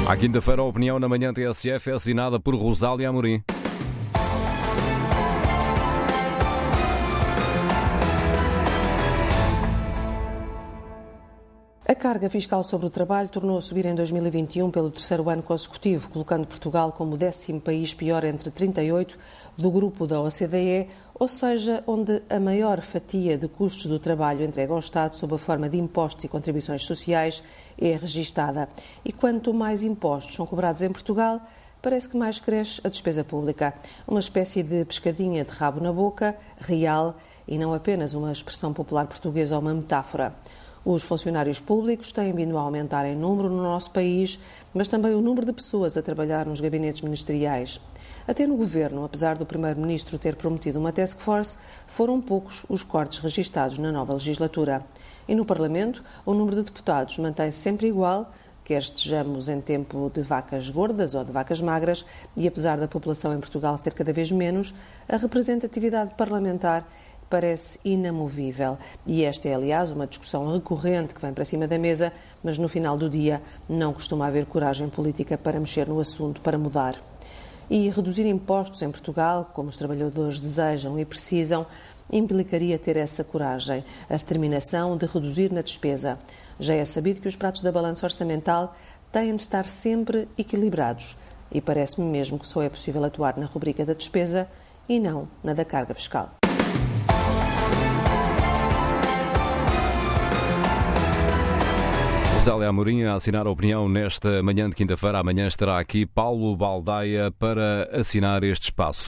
À quinta-feira, a opinião na manhã TSF é assinada por Rosália Amorim. A carga fiscal sobre o trabalho tornou a subir em 2021 pelo terceiro ano consecutivo, colocando Portugal como o 10º país pior entre 38 do grupo da OCDE, ou seja, onde a maior fatia de custos do trabalho entregue ao Estado sob a forma de impostos e contribuições sociais é registada. E quanto mais impostos são cobrados em Portugal, parece que mais cresce a despesa pública. Uma espécie de pescadinha de rabo na boca, real, e não apenas uma expressão popular portuguesa ou uma metáfora. Os funcionários públicos têm vindo a aumentar em número no nosso país, mas também o número de pessoas a trabalhar nos gabinetes ministeriais. Até no governo, apesar do primeiro-ministro ter prometido uma task force, foram poucos os cortes registados na nova legislatura. E no Parlamento, o número de deputados mantém-se sempre igual, quer estejamos em tempo de vacas gordas ou de vacas magras, e apesar da população em Portugal ser cada vez menos, a representatividade parlamentar parece inamovível. E esta é, aliás, uma discussão recorrente que vem para cima da mesa, mas no final do dia não costuma haver coragem política para mexer no assunto, para mudar. E reduzir impostos em Portugal, como os trabalhadores desejam e precisam, implicaria ter essa coragem, a determinação de reduzir na despesa. Já é sabido que os pratos da balança orçamental têm de estar sempre equilibrados. E parece-me mesmo que só é possível atuar na rubrica da despesa e não na da carga fiscal. Rosália Amorim a assinar a opinião nesta manhã de quinta-feira. Amanhã estará aqui Paulo Baldaia para assinar este espaço.